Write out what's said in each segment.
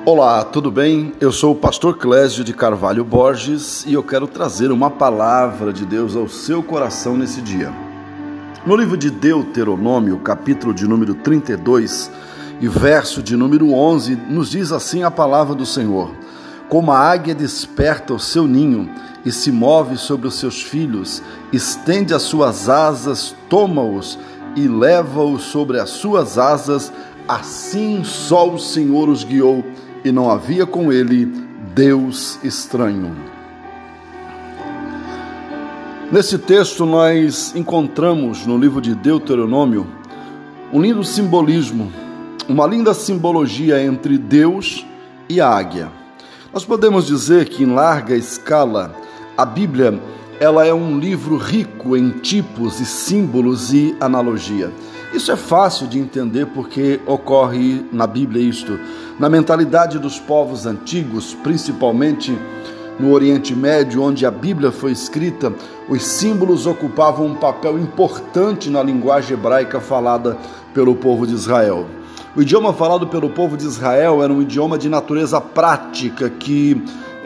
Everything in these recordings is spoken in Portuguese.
Olá, tudo bem? Eu sou o pastor Clésio de Carvalho Borges e eu quero trazer uma palavra de Deus ao seu coração nesse dia. No livro de Deuteronômio, capítulo de número 32 e verso de número 11, nos diz assim a palavra do Senhor: como a águia desperta o seu ninho e se move sobre os seus filhos, estende as suas asas, toma-os e leva-os sobre as suas asas, assim só o Senhor os guiou, e não havia com ele Deus estranho. Nesse texto nós encontramos no livro de Deuteronômio um lindo simbolismo, uma linda simbologia entre Deus e a águia. Nós podemos dizer que em larga escala a Bíblia ela é um livro rico em tipos e símbolos e analogia. Isso é fácil de entender porque ocorre na Bíblia isto. Na mentalidade dos povos antigos, principalmente no Oriente Médio, onde a Bíblia foi escrita, os símbolos ocupavam um papel importante na linguagem hebraica falada pelo povo de Israel. O idioma falado pelo povo de Israel era um idioma de natureza prática que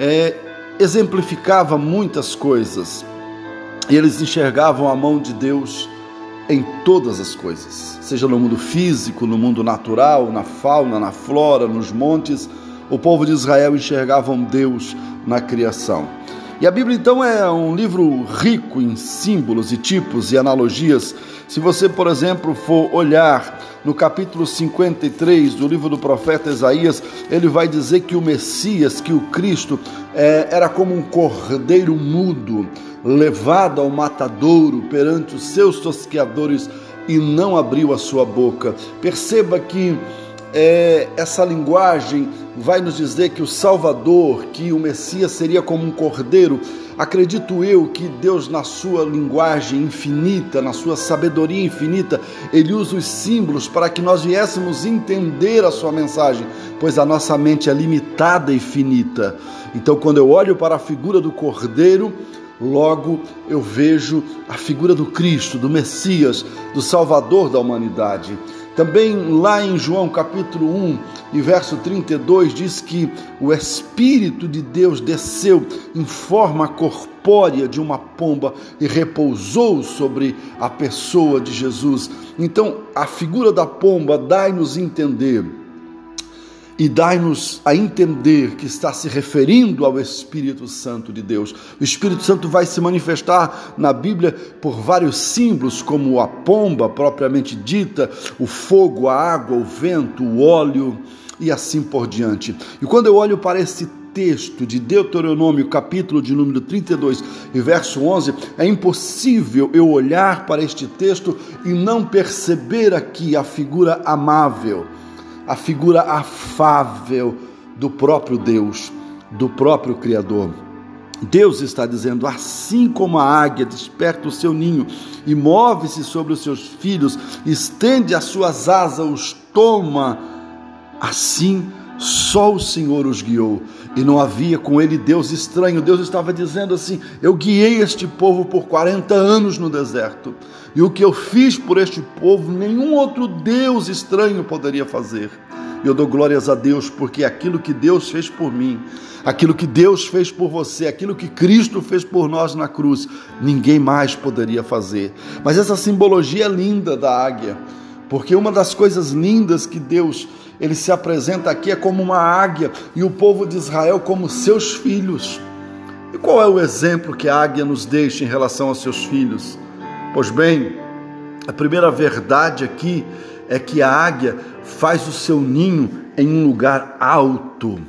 exemplificava muitas coisas. E eles enxergavam a mão de Deus em todas as coisas, seja no mundo físico, no mundo natural, na fauna, na flora, nos montes. O povo de Israel enxergava Deus na criação. E a Bíblia, então, é um livro rico em símbolos e tipos e analogias. Se você, por exemplo, for olhar no capítulo 53 do livro do profeta Isaías, ele vai dizer que o Messias, que o Cristo, era como um cordeiro mudo, levado ao matadouro perante os seus tosqueadores, e não abriu a sua boca. Perceba que essa linguagem vai nos dizer que o Salvador, que o Messias seria como um cordeiro. Acredito eu que Deus, na sua linguagem infinita, na sua sabedoria infinita, Ele usa os símbolos para que nós viéssemos entender a sua mensagem, pois a nossa mente é limitada e finita. Então, quando eu olho para a figura do cordeiro, logo eu vejo a figura do Cristo, do Messias, do Salvador da humanidade. Também lá em João capítulo 1 e verso 32 diz que o Espírito de Deus desceu em forma corpórea de uma pomba e repousou sobre a pessoa de Jesus. Então a figura da pomba dai-nos entender e dai-nos a entender que está se referindo ao Espírito Santo de Deus. O Espírito Santo vai se manifestar na Bíblia por vários símbolos, como a pomba propriamente dita, o fogo, a água, o vento, o óleo e assim por diante. E quando eu olho para esse texto de Deuteronômio, capítulo de número 32 e verso 11, é impossível eu olhar para este texto e não perceber aqui a figura amável, a figura afável do próprio Deus, do próprio Criador. Deus está dizendo: assim como a águia desperta o seu ninho e move-se sobre os seus filhos, estende as suas asas, os toma, assim só o Senhor os guiou, e não havia com ele Deus estranho. Deus estava dizendo assim: eu guiei este povo por 40 anos no deserto, e o que eu fiz por este povo, nenhum outro Deus estranho poderia fazer. Eu dou glórias a Deus, porque aquilo que Deus fez por mim, aquilo que Deus fez por você, aquilo que Cristo fez por nós na cruz, ninguém mais poderia fazer. Mas essa simbologia é linda da águia, porque uma das coisas lindas que Deus ele se apresenta aqui é como uma águia, e o povo de Israel como seus filhos. E qual é o exemplo que a águia nos deixa em relação aos seus filhos? Pois bem, a primeira verdade aqui é que a águia faz o seu ninho em um lugar alto.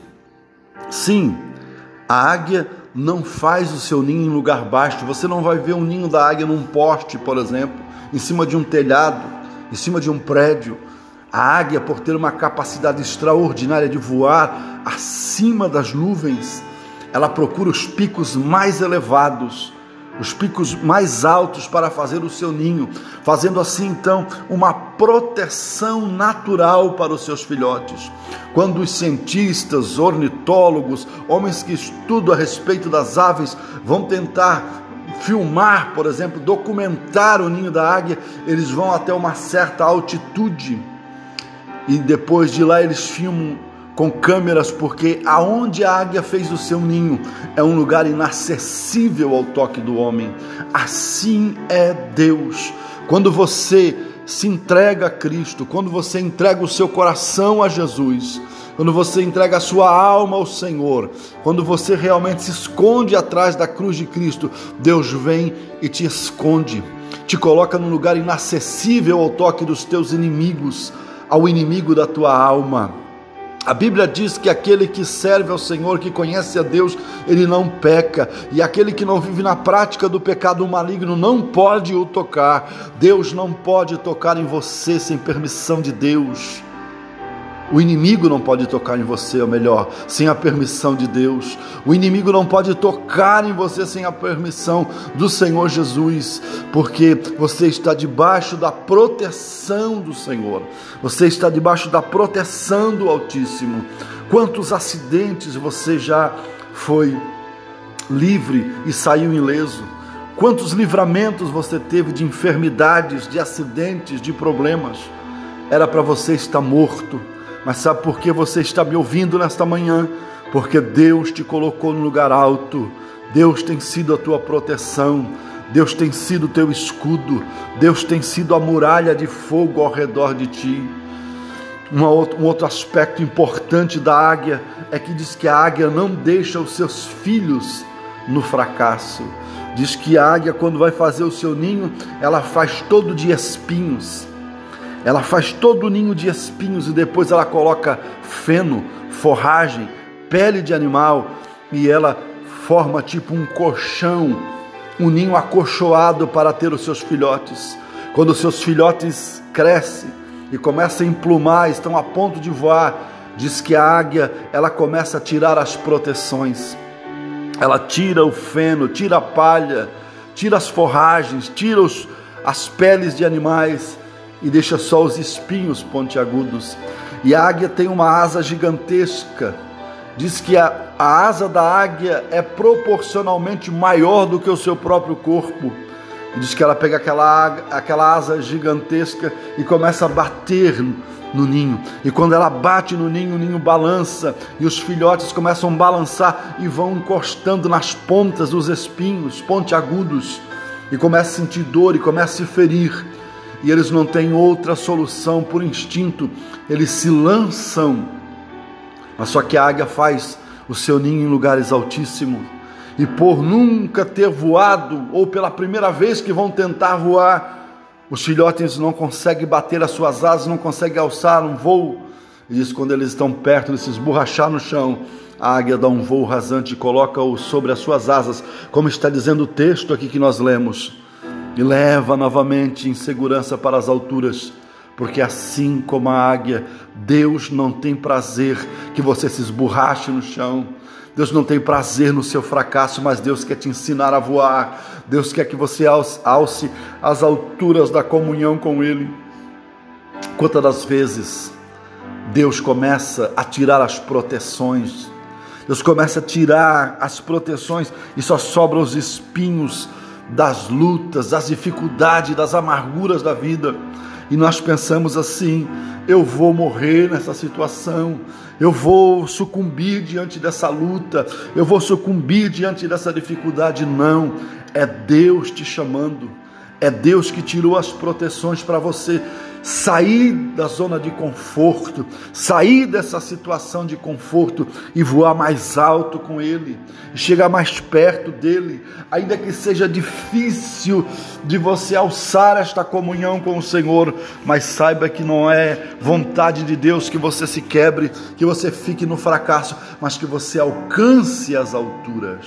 Sim, a águia não faz o seu ninho em lugar baixo. Você não vai ver um ninho da águia num poste, por exemplo, em cima de um telhado, em cima de um prédio. A águia, por ter uma capacidade extraordinária de voar acima das nuvens, ela procura os picos mais elevados, os picos mais altos para fazer o seu ninho, fazendo assim então uma proteção natural para os seus filhotes. Quando os cientistas, ornitólogos, homens que estudam a respeito das aves vão tentar filmar, por exemplo, documentar o ninho da águia, eles vão até uma certa altitude e depois de lá eles filmam com câmeras, porque aonde a águia fez o seu ninho é um lugar inacessível ao toque do homem. Assim é Deus. Quando você se entrega a Cristo, quando você entrega o seu coração a Jesus, quando você entrega a sua alma ao Senhor, quando você realmente se esconde atrás da cruz de Cristo, Deus vem e te esconde, te coloca num lugar inacessível ao toque dos teus inimigos, ao inimigo da tua alma. A Bíblia diz que aquele que serve ao Senhor, que conhece a Deus, ele não peca, e aquele que não vive na prática do pecado maligno não pode o tocar. Deus não pode tocar em você sem permissão de Deus. O inimigo não pode tocar em você, ou melhor, sem a permissão de Deus. O inimigo não pode tocar em você sem a permissão do Senhor Jesus, porque você está debaixo da proteção do Senhor. Você está debaixo da proteção do Altíssimo. Quantos acidentes você já foi livre e saiu ileso? Quantos livramentos você teve de enfermidades, de acidentes, de problemas? Era para você estar morto. Mas sabe por que você está me ouvindo nesta manhã? Porque Deus te colocou no lugar alto. Deus tem sido a tua proteção. Deus tem sido o teu escudo. Deus tem sido a muralha de fogo ao redor de ti. Um outro aspecto importante da águia é que diz que a águia não deixa os seus filhos no fracasso. Diz que a águia, quando vai fazer o seu ninho, ela faz todo de espinhos. Ela faz todo o ninho de espinhos e depois ela coloca feno, forragem, pele de animal e ela forma tipo um colchão, um ninho acolchoado para ter os seus filhotes. Quando os seus filhotes crescem e começam a emplumar, estão a ponto de voar, diz que a águia, ela começa a tirar as proteções. Ela tira o feno, tira a palha, tira as forragens, tira as peles de animais e deixa só os espinhos pontiagudos. E a águia tem uma asa gigantesca. Diz que a asa da águia é proporcionalmente maior do que o seu próprio corpo. E diz que ela pega aquela asa gigantesca e começa a bater no ninho. E quando ela bate no ninho, o ninho balança e os filhotes começam a balançar e vão encostando nas pontas dos espinhos pontiagudos e começam a sentir dor e começam a se ferir. E eles não têm outra solução, por instinto, eles se lançam. Mas só que a águia faz o seu ninho em lugares altíssimos. E por nunca ter voado, ou pela primeira vez que vão tentar voar, os filhotes não conseguem bater as suas asas, não conseguem alçar um voo. E diz que quando eles estão perto de se esborrachar no chão, a águia dá um voo rasante e coloca-o sobre as suas asas, como está dizendo o texto aqui que nós lemos. E leva novamente em segurança para as alturas, porque assim como a águia, Deus não tem prazer que você se esborrache no chão. Deus não tem prazer no seu fracasso, mas Deus quer te ensinar a voar. Deus quer que você alce as alturas da comunhão com Ele. Quantas das vezes Deus começa a tirar as proteções, Deus começa a tirar as proteções e só sobram os espinhos das lutas, das dificuldades, das amarguras da vida. E nós pensamos assim: eu vou morrer nessa situação, eu vou sucumbir diante dessa luta, eu vou sucumbir diante dessa dificuldade. Não, é Deus te chamando, é Deus que tirou as proteções para você sair da zona de conforto, sair dessa situação de conforto e voar mais alto com Ele, chegar mais perto dEle, ainda que seja difícil de você alçar esta comunhão com o Senhor, mas saiba que não é vontade de Deus que você se quebre, que você fique no fracasso, mas que você alcance as alturas.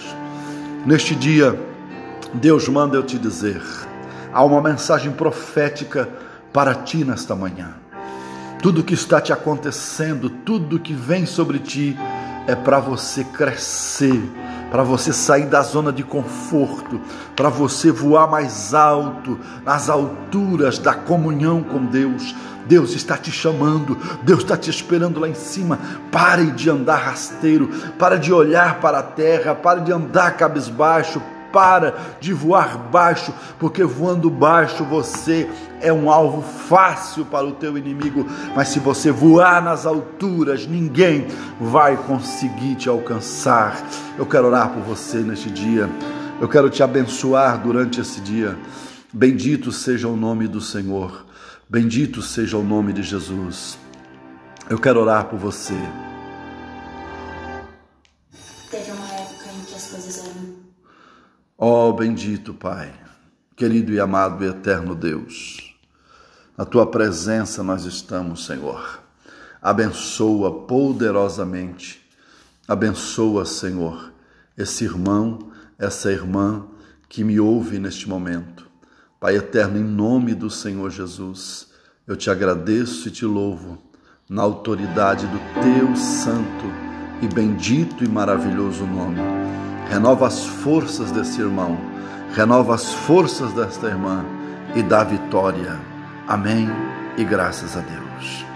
Neste dia, Deus manda eu te dizer, há uma mensagem profética para ti nesta manhã. Tudo que está te acontecendo, tudo que vem sobre ti é para você crescer, para você sair da zona de conforto, para você voar mais alto, nas alturas da comunhão com Deus. Deus está te chamando, Deus está te esperando lá em cima. Pare de andar rasteiro, pare de olhar para a terra, pare de andar cabisbaixo, para de voar baixo, porque voando baixo você é um alvo fácil para o teu inimigo, mas se você voar nas alturas, ninguém vai conseguir te alcançar. Eu quero orar por você neste dia, eu quero te abençoar durante esse dia. Bendito seja o nome do Senhor, bendito seja o nome de Jesus. Eu quero orar por você. Teve uma época em que as coisas eram... Ó bendito Pai, querido e amado e eterno Deus, na Tua presença nós estamos, Senhor. Abençoa poderosamente, abençoa, Senhor, esse irmão, essa irmã que me ouve neste momento. Pai eterno, em nome do Senhor Jesus, eu te agradeço e te louvo, na autoridade do Teu santo e bendito e maravilhoso nome. Renova as forças desse irmão, renova as forças desta irmã e dá vitória. Amém e graças a Deus.